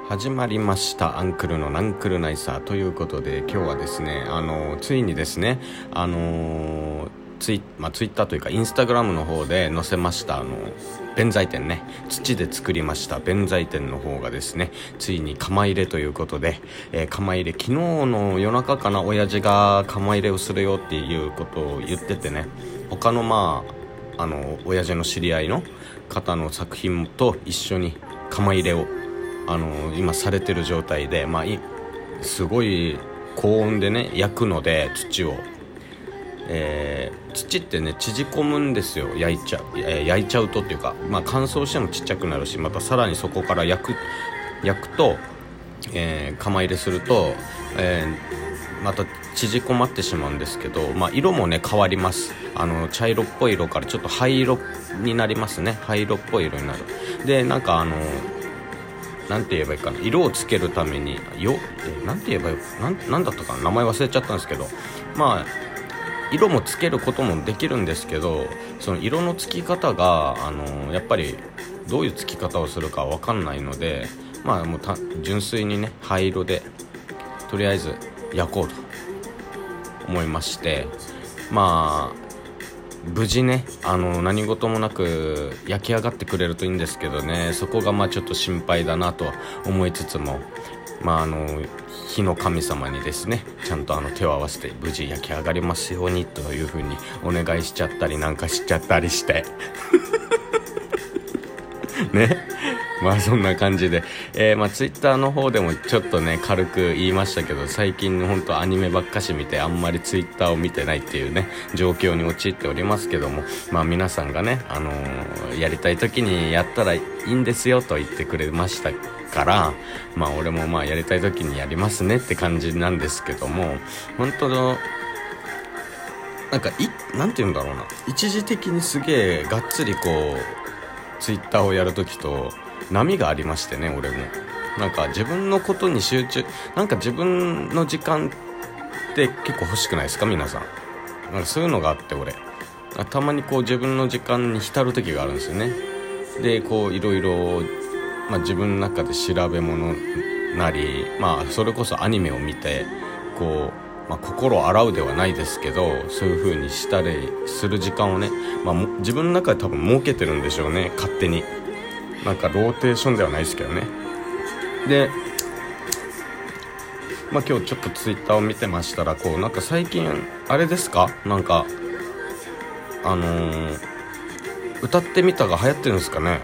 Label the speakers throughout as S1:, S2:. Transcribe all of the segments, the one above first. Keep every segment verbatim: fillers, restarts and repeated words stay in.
S1: 始まりましたアンクルのナンクルナイサーということで、今日はですねあのついにですねあのツイ,、まあ、ツイッターというかインスタグラムの方で載せましたあの弁財天ね、土で作りました弁財天の方がですねついに釜入れということで、えー、釜入れ昨日の夜中かな、親父が釜入れをするよっていうことを言っててね、他のまああの親父の知り合いの方の作品と一緒に釜入れをあの今されてる状態で、まあ、いすごい高温でね焼くので土を、えー、土ってね縮こむんですよ、焼いちゃう、えー、焼いちゃうとっていうか、まあ、乾燥してもちっちゃくなるし、またさらにそこから焼く焼くと、えー、釜入れすると、えー、また縮こまってしまうんですけど、まあ、色もね変わります。あの茶色っぽい色からちょっと灰色になりますね。灰色っぽい色になる。でなんかあのなんて言えばいいかな、色をつけるためによえなんて言えばいいなん、なんだったかな、名前忘れちゃったんですけど、まあ色もつけることもできるんですけど、その色のつき方があのやっぱりどういうつき方をするかわかんないので、まあもうた純粋にね灰色でとりあえず焼こうと思いまして、まあ無事ねあの何事もなく焼き上がってくれるといいんですけどね、そこがまあちょっと心配だなと思いつつも、まああの火の神様にですねちゃんとあの手を合わせて無事焼き上がりますようにという風にお願いしちゃったりなんかしちゃったりしてね、まあそんな感じで、えー、まあツイッターの方でもちょっとね軽く言いましたけど、最近本当アニメばっかし見てあんまりツイッターを見てないっていうね状況に陥っておりますけども、まあ皆さんがねあのー、やりたい時にやったらいいんですよと言ってくれましたから、まあ俺もまあやりたい時にやりますねって感じなんですけども、本当のなんかいなんて言うんだろうな、一時的にすげえがっつりこうツイッターをやるときと波がありましてね、俺もなんか自分のことに集中、なんか自分の時間って結構欲しくないですか皆さん。なんかそういうのがあって、俺たまにこう自分の時間に浸る時があるんですよね。でこういろいろ、まあ、自分の中で調べ物なり、まあそれこそアニメを見てこう、まあ、心を洗うではないですけど、そういう風にしたりする時間をね、まあ、自分の中で多分設けてるんでしょうね、勝手に。なんかローテーションではないですけどね。で、まあ、今日ちょっとツイッターを見てましたら、こうなんか最近あれですか、なんかあのー、歌ってみたが流行ってるんですかね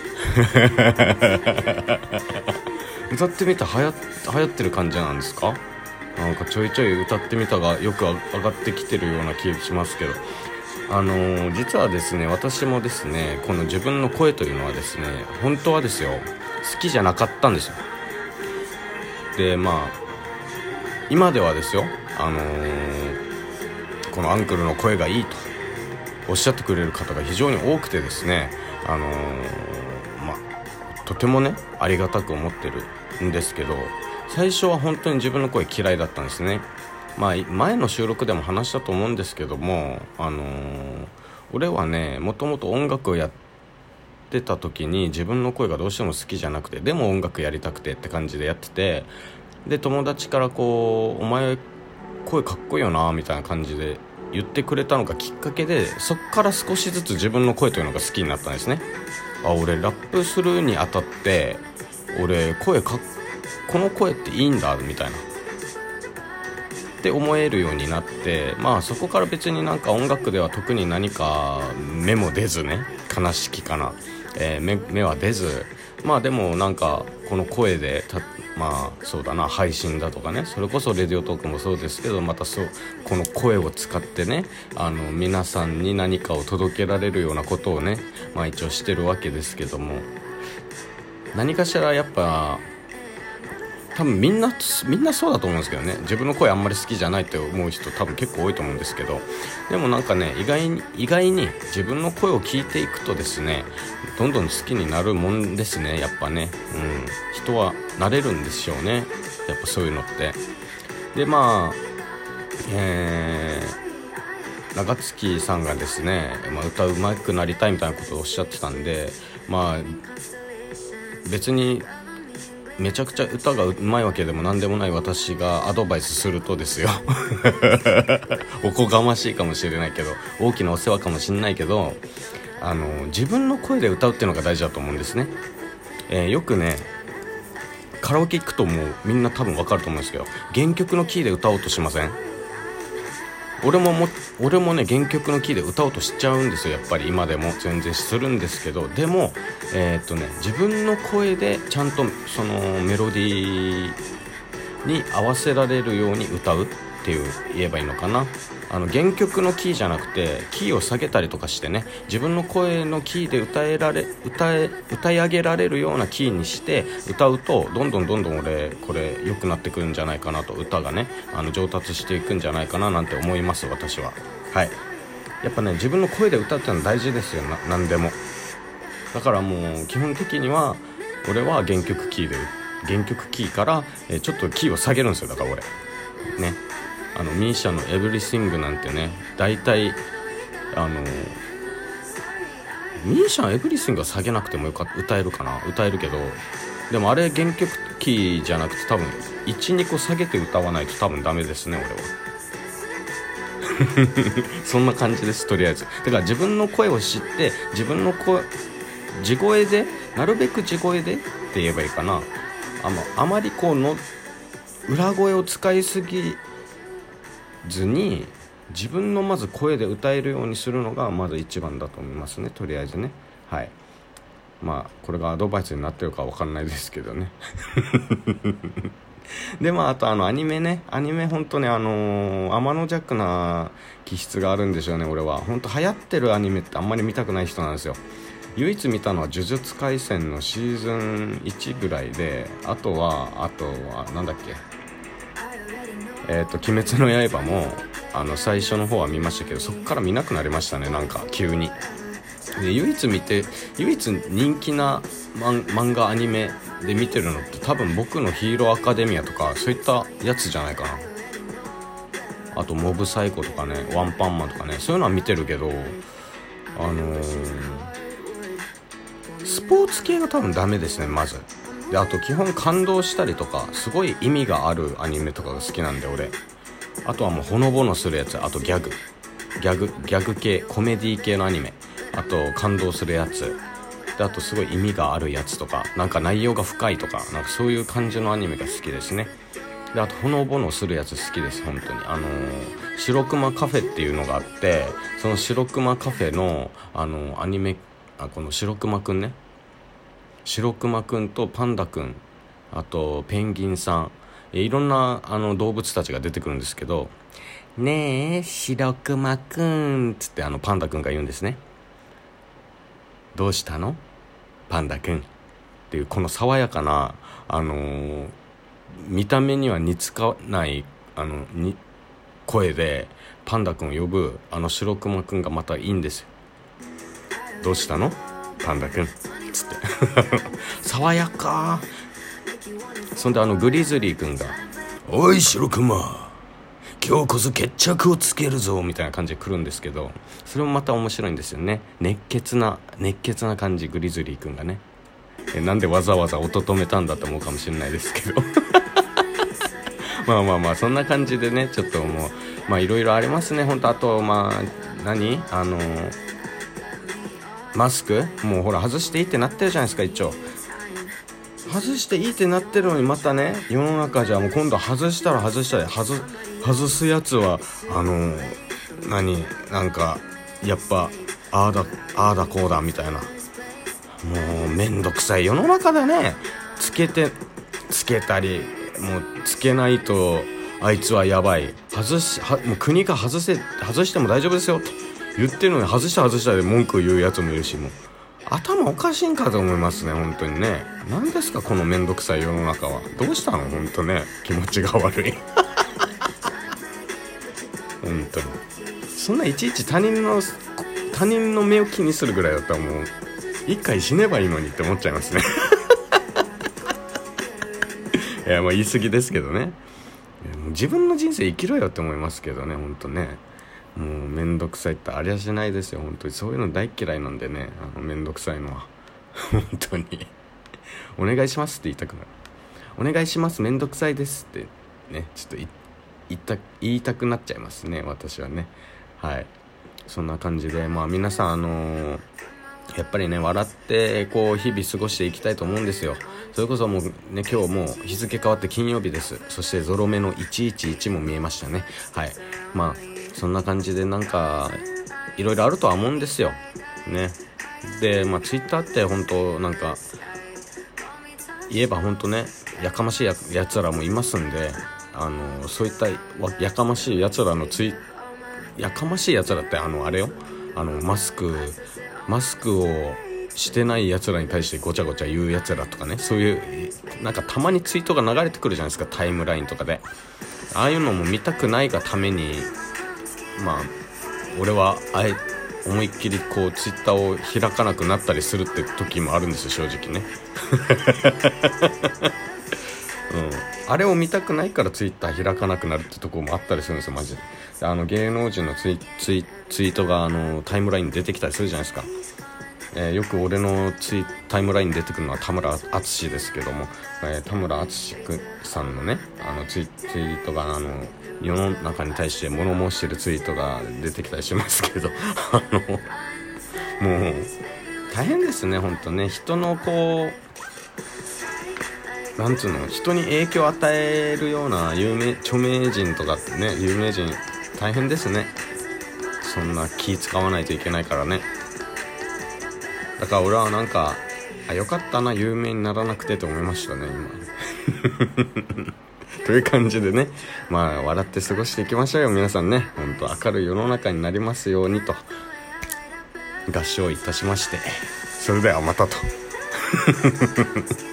S1: 歌ってみた流行、流行ってる感じなんですか。なんかちょいちょい歌ってみたがよく上がってきてるような気がしますけど、あのー、実はですね私もですねこの自分の声というのはですね本当はですよ好きじゃなかったんですよ。でまあ今ではですよ、あのー、このアンクルの声がいいとおっしゃってくれる方が非常に多くてですね、あのー、まあとてもねありがたく思ってるんですけど、最初は本当に自分の声嫌いだったんですね。まあ前の収録でも話したと思うんですけども、あのー、俺はねもともと音楽をやってた時に自分の声がどうしても好きじゃなくて、でも音楽やりたくてって感じでやってて、で友達からこうお前声かっこいいよなみたいな感じで言ってくれたのがきっかけで、そっから少しずつ自分の声というのが好きになったんですね。あ、俺ラップするにあたって俺声かっこの声っていいんだみたいなって思えるようになって、まあそこから別になんか音楽では特に何か目も出ずね、悲しきかな、えー、目, 目は出ず、まあでもなんかこの声でたまあそうだな、配信だとかね、それこそレディオトークもそうですけど、またそうこの声を使ってね、あの皆さんに何かを届けられるようなことをね、まあ一応してるわけですけども、何かしらやっぱ多分みんなみんなそうだと思うんですけどね、自分の声あんまり好きじゃないって思う人多分結構多いと思うんですけど、でもなんかね意外に意外に自分の声を聞いていくとですね、どんどん好きになるもんですね、やっぱね。うん、人はなれるんでしょうね、やっぱそういうのって。でまあえー、長月さんがですね、まあ、歌うまくなりたいみたいなことをおっしゃってたんで、まあ別にめちゃくちゃ歌がうまいわけでもなんでもない私がアドバイスするとですよおこがましいかもしれないけど、大きなお世話かもしれないけど、あの自分の声で歌うっていうのが大事だと思うんですね。えー、よくねカラオケ行くともうみんな多分わかると思うんですけど、原曲のキーで歌おうとしません？俺もも俺もね原曲のキーで歌おうとしちゃうんですよ。やっぱり今でも全然するんですけど、でもえー、っとね自分の声でちゃんとそのメロディーに合わせられるように歌うっていう言えばいいのかな。あの原曲のキーじゃなくてキーを下げたりとかしてね、自分の声のキーで歌えられ歌え歌い上げられるようなキーにして歌うと、どんどんどんどん俺これ良くなってくるんじゃないかなと、歌がねあの上達していくんじゃないかななんて思います私は。はい、やっぱね自分の声で歌うってのは大事ですよ。な何でもだからもう基本的には俺は原曲キーで原曲キーから、えー、ちょっとキーを下げるんですよ。だから俺ね、あのミーシャのエブリシングなんてね、大体あのミーシャのエブリシングは下げなくてもよか歌えるかな、歌えるけど、でもあれ原曲キーじゃなくて多分 いち,に 個下げて歌わないと多分ダメですね俺はそんな感じです。とりあえずだから自分の声を知って自分の声地声でなるべく地声でって言えばいいかな。あ, まあまりこうの裏声を使いすぎずに自分のまず声で歌えるようにするのがまず一番だと思いますね。とりあえずね。はい、まあこれがアドバイスになってるか分かんないですけどねでまああとあのアニメねアニメ本当ねあのー、天の弱な気質があるんでしょうね。俺は本当流行ってるアニメってあんまり見たくない人なんですよ。唯一見たのは呪術廻戦のシーズンいちぐらいで、あとはあとはなんだっけえっと鬼滅の刃もあの最初の方は見ましたけど、そこから見なくなりましたね。なんか急にで唯一見て唯一人気な漫画アニメで見てるのって多分僕のヒーローアカデミアとかそういったやつじゃないかな。あとモブサイコとかね、ワンパンマンとかね、そういうのは見てるけど、あのー、スポーツ系が多分ダメですねまず。であと基本感動したりとかすごい意味があるアニメとかが好きなんで俺。あとはもうほのぼのするやつ、あとギャグギャグギャグ系コメディ系のアニメ、あと感動するやつで、あとすごい意味があるやつとか、なんか内容が深いとか、なんかそういう感じのアニメが好きですね。であとほのぼのするやつ好きです本当に。あのー、白熊カフェっていうのがあって、その白熊カフェの、あのー、アニメあこの白熊くんね、白熊くんとパンダくん、あとペンギンさん、いろんなあの動物たちが出てくるんですけど、ねえ白熊くんつってあのパンダくんが言うんですね。どうしたのパンダくんっていうこの爽やかな、あのー、見た目には似つかないあのに声でパンダくんを呼ぶあの白熊くんがまたいいんですよ。どうしたのパンダくんつって爽やか。そんであのグリズリーくんがおい白熊今日こそ決着をつけるぞみたいな感じで来るんですけど、それもまた面白いんですよね。熱血な熱血な感じ、グリズリーくんがね。えなんでわざわざ音止めたんだと思うかもしれないですけどまあまあまあそんな感じでね、ちょっともうまあいろいろありますね本当。あとまあ何あのマスクもうほら外していいってなってるじゃないですか。一応外していいってなってるのに、またね世の中じゃもう今度外したら外したら外外すやつはあのー、何なんかやっぱああだああだこうだみたいな、もうめんどくさい世の中だね。つけてつけたりもうつけないとあいつはやばい、外しはもう国が外せ外しても大丈夫ですよって言ってるのに外した外したで文句言うやつもいるし、もう頭おかしいんかと思いますね本当にね。何ですかこのめんどくさい世の中は。どうしたの本当ね、気持ちが悪い本当にそんないちいち他人の他人の目を気にするぐらいだったらもう一回死ねばいいのにって思っちゃいますねいやまあ言い過ぎですけどね。自分の人生生きろよって思いますけどね本当ね。もうめんどくさいってありゃしないですよ本当に。そういうの大嫌いなんでね、あのめんどくさいのは本当にお願いしますって言いたくなる。 お願いします、めんどくさいですってね、ちょっと言いた言いたくなっちゃいますね、私はね。はい、そんな感じで、まあ皆さんあのー、やっぱりね笑ってこう日々過ごしていきたいと思うんですよ。それこそもうね、今日もう日付変わって金曜日です。そしてゾロ目のいちいちいちも見えましたね。はい、まあそんな感じでなんかいろいろあるとは思うんですよね。でまあツイッターって本当なんか言えば本当ね、やかましい や, やつらもいますんで、あのそういったやかましいやつらのツイやかましいやつらってあのあれよ、あのマスクマスクをしてないやつらに対してごちゃごちゃ言うやつらとかね、そういうなんかたまにツイートが流れてくるじゃないですか、タイムラインとかで。ああいうのも見たくないがために、まあ俺はあえ思いっきりこうツイッターを開かなくなったりするって時もあるんですよ、正直ね。うん、あれを見たくないからツイッター開かなくなるってところもあったりするんですよ、マジで。あの芸能人のツイ、ツイ、ツイートがあのタイムラインに出てきたりするじゃないですか。えー、よく俺のツイタイムラインに出てくるのは田村淳ですけども、えー、田村淳さんのねあのツイ、ツイートがあの世の中に対して物申してるツイートが出てきたりしますけどあのもう大変ですね、本当ね。人のこうなんつうの、人に影響を与えるような有名著名人とかってね、有名人大変ですね。そんな気使わないといけないからね。だから俺はなんかあよかったな、有名にならなくてと思いましたね今という感じでね、まあ笑って過ごしていきましょうよ皆さんね。本当明るい世の中になりますようにと合唱いたしまして、それではまたと